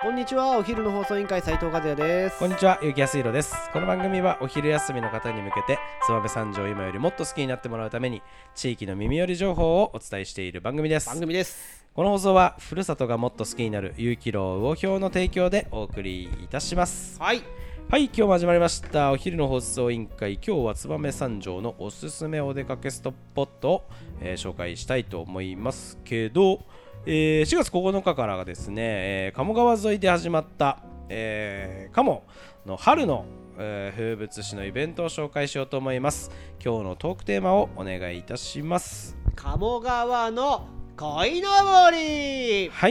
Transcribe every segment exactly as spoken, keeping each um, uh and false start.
こんにちは。お昼の放送委員会斉藤和也です。 こんにちは、ゆうきやすいろです。この番組はお昼休みの方に向けて燕三条を今よりもっと好きになってもらうために地域の耳寄り情報をお伝えしている番組です。 番組です。 この放送はふるさとがもっと好きになる有機楼魚評の提供でお送りいたします。 はいはい、今日も始まりましたお昼の放送委員会。今日は燕三条のおすすめお出かけストットを、えー、紹介したいと思いますけど、えー、しがつここのかからがですね、えー、鴨川沿いで始まった、えー、鴨の春の、えー、風物詩のイベントを紹介しようと思います。今日のトークテーマをお願いいたします。 鴨川の鯉のぼり。 はい、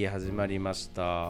始まりました。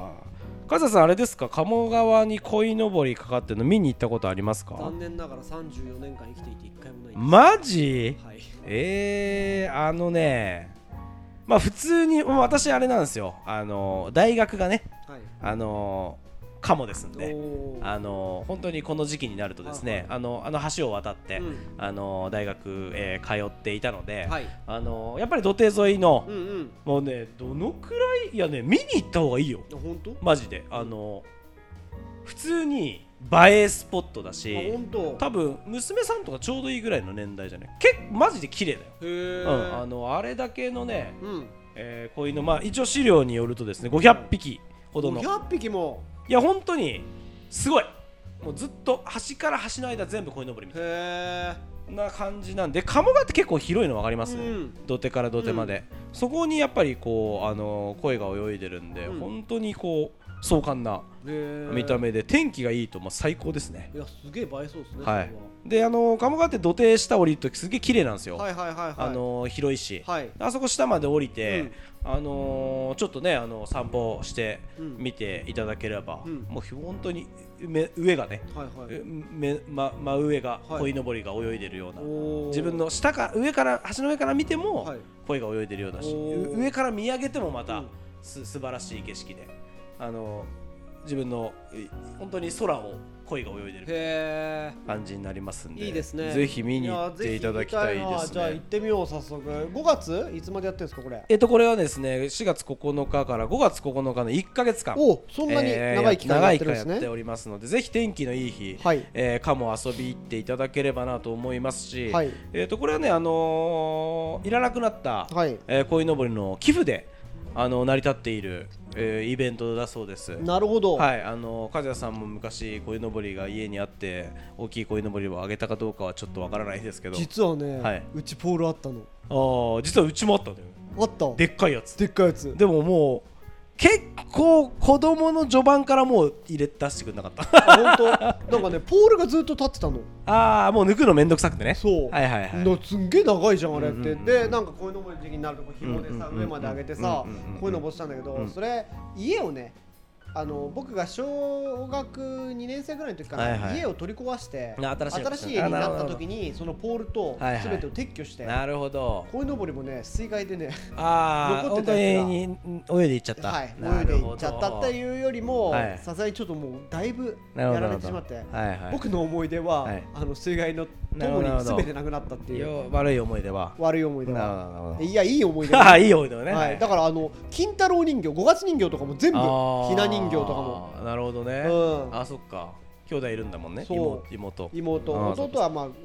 カズさん、あれですか、鴨川に鯉のぼりかかってるの見に行ったことありますか？ 残念ながらさんじゅうよねんかん生きていていっかいもないです。 マジ？ はい。 えー、あのねまあ普通に私あれなんですよ、あの大学がね、はい、あの鴨ですんで、あの本当にこの時期になるとですね、あのあの橋を渡って、うん、あの大学、えー、通っていたので、はい、あのやっぱり土手沿いの、うんうん、もうねどのくらいいやね見に行った方がいいよ。 本当？ マジであの普通に映えスポットだし、多分娘さんとかちょうどいいぐらいの年代じゃない。結構マジで綺麗だよ。 へー、 うん、あのあれだけのね、うんえー、こういうの、まあ一応資料によるとですねごひゃっぴきほどの。 ごひゃっぴきも。 いや本当にすごい。もうずっと端から端の間全部鯉のぼりみたいな。へーな感じなんで、鴨川って結構広いの分かります、うん、土手から土手まで、うん、そこにやっぱりこうあの鯉が泳いでるんで、うん、本当にこう壮観な見た目で天気がいいともう最高ですね。 いやすげえ映えそうですね。 はい。であの鴨川って土手下降りるときすげえ綺麗なんですよ。 はいはいはいはい、 あの広いし、はい、あそこ下まで降りて、うんあのー、ちょっとねあの散歩して見ていただければ、うん、もう本当に上がね、はいはいめま、真上が鯉のぼりが泳いでるような、はい、自分の下か上から橋の上から見ても鯉が泳いでるようだし、上から見上げてもまた、うん、す素晴らしい景色で、あの自分の本当に空を鯉が泳いでる感じになりますんで、 いいですね。 ぜひ見に行っていただきたいですね。 じゃあ行ってみよう。早速ごがついつまでやってるんですかこれ？ えっとこれはですねしがつここのかからごがつここのかのいっかげつかん、 おそんなに長い期間やってるんですね。 長い期間やっておりますので、ぜひ天気のいい日、はいえー、かも遊び行っていただければなと思いますし、はいえー、とこれはね、あのー、いらなくなった、はいえー、鯉のぼりの寄付であの成り立っている、えー、イベントだそうです。 なるほど。 はい、あの和也さんも昔鯉のぼりが家にあって大きい鯉のぼりをあげたかどうかはちょっとわからないですけど、 実はね、はい、うちポールあったの。 ああ、実はうちもあったんだよ。 あった。 でっかいやつ。 でっかいやつ。 でももう結構子供の序盤からもう入れ出してくれなかった。 あ、本当。なんかねポールがずっと立ってたの。 ああ、もう抜くのめんどくさくてね。 そう。 はいはいはい。 のすんげえ長いじゃんあれって、うんうんうん、でなんかこういうのも時期になるとこう紐でさ、うんうんうん、上まで上げてさ、うんうんうん、こういうのぼしたんだけど、うん、それ家をね。あの僕が小学にねん生ぐらいの時から、はいはい、家を取り壊して新しい、新しい家になった時にそのポールと全てを撤去して、 なるほど。 鯉のぼりもね水害でねあ残ってたやつがに泳いでいっちゃった、 はい、泳いでいっちゃったっていうよりもさすがにちょっともうだいぶやられてしまって、はいはい、僕の思い出は、はい、あの水害のともに全てなくなったっていう。 悪い思い出は悪い思い出はいやいい思い出はいい思い出はね、 はい、だからあの金太郎人形ごがつ人形とかも全部ひな人形とかも。 なるほどね、うん、あそっか兄弟いるんだもんね。妹妹妹弟はまあ、うん、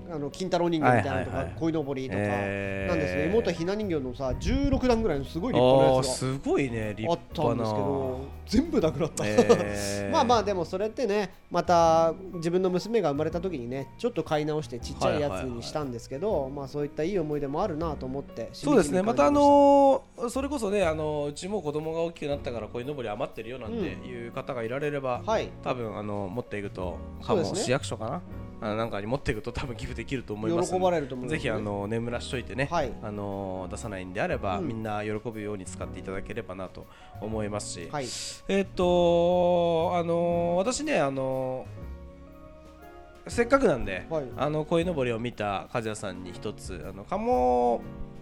あの金太郎人形みたいなのとか鯉のぼりとかなんですね。妹はひな人形のさじゅうろくだんぐらいのすごい立派なやつがすごいね立派なあったんですけど全部なくなった、えー、まあまあでもそれってねまた自分の娘が生まれた時にねちょっと買い直してちっちゃいやつにしたんですけど、はいはいはい、まあそういったいい思い出もあるなと思ってそうですね。またあのー、それこそねあのー、うちも子供が大きくなったから鯉のぼり余ってるよなんていう方がいられれば、うんはい、多分あの持っていくとかも、ね、市役所かなあなんかに持っていくと多分寄付できると思いますので、 喜ばれると思いますね。 ぜひあの眠らしといてね、はい、あの出さないんであれば、うん、みんな喜ぶように使っていただければなと思いますし、はい、えー、っとあの私ねあのせっかくなんで、はい、あの鯉のぼりを見た和也さんに一つあの鴨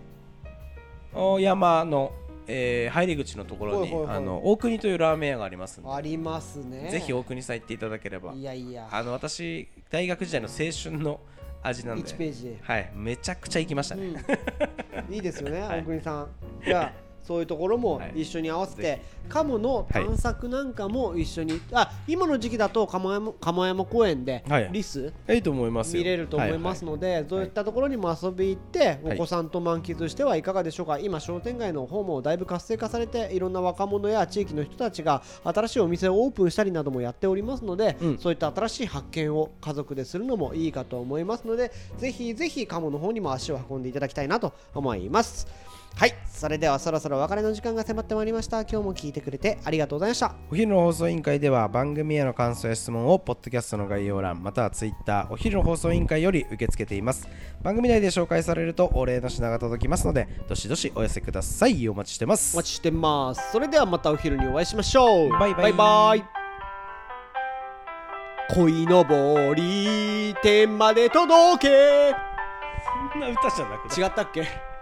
山のえー、入り口のところに、はいはいはい、あの大国というラーメン屋がありますので、 ありますね。 ぜひ大国さん行っていただければ。 いやいやあの私大学時代の青春の味なんでいちページ、 はい、めちゃくちゃ行きましたね、 うん、いいですよね、はい、大国さん。いやそういうところも一緒に合わせて、はい、鴨の探索なんかも一緒に、はい、あ今の時期だと鴨山、鴨山公園でリス、 はい、いいと思いますよ。 見れると思いますので、はいはい、そういったところにも遊び行って、はい、お子さんと満喫してはいかがでしょうか。今商店街の方もだいぶ活性化されて、いろんな若者や地域の人たちが新しいお店をオープンしたりなどもやっておりますので、うん、そういった新しい発見を家族でするのもいいかと思いますので、ぜひぜひ鴨の方にも足を運んでいただきたいなと思います。はい、それではそろそろお別れの時間が迫ってまいりました。今日も聞いてくれてありがとうございました。 お昼の放送委員会では番組への感想や質問をポッドキャストの概要欄またはツイッターお昼の放送委員会より受け付けています。番組内で紹介されるとお礼の品が届きますので、どしどしお寄せください。お待ちしてます。 お待ちしてます。それではまたお昼にお会いしましょう。 バイバイ。 バイバイ。鯉のぼり天まで届け。 そんな歌じゃなくて違ったっけ。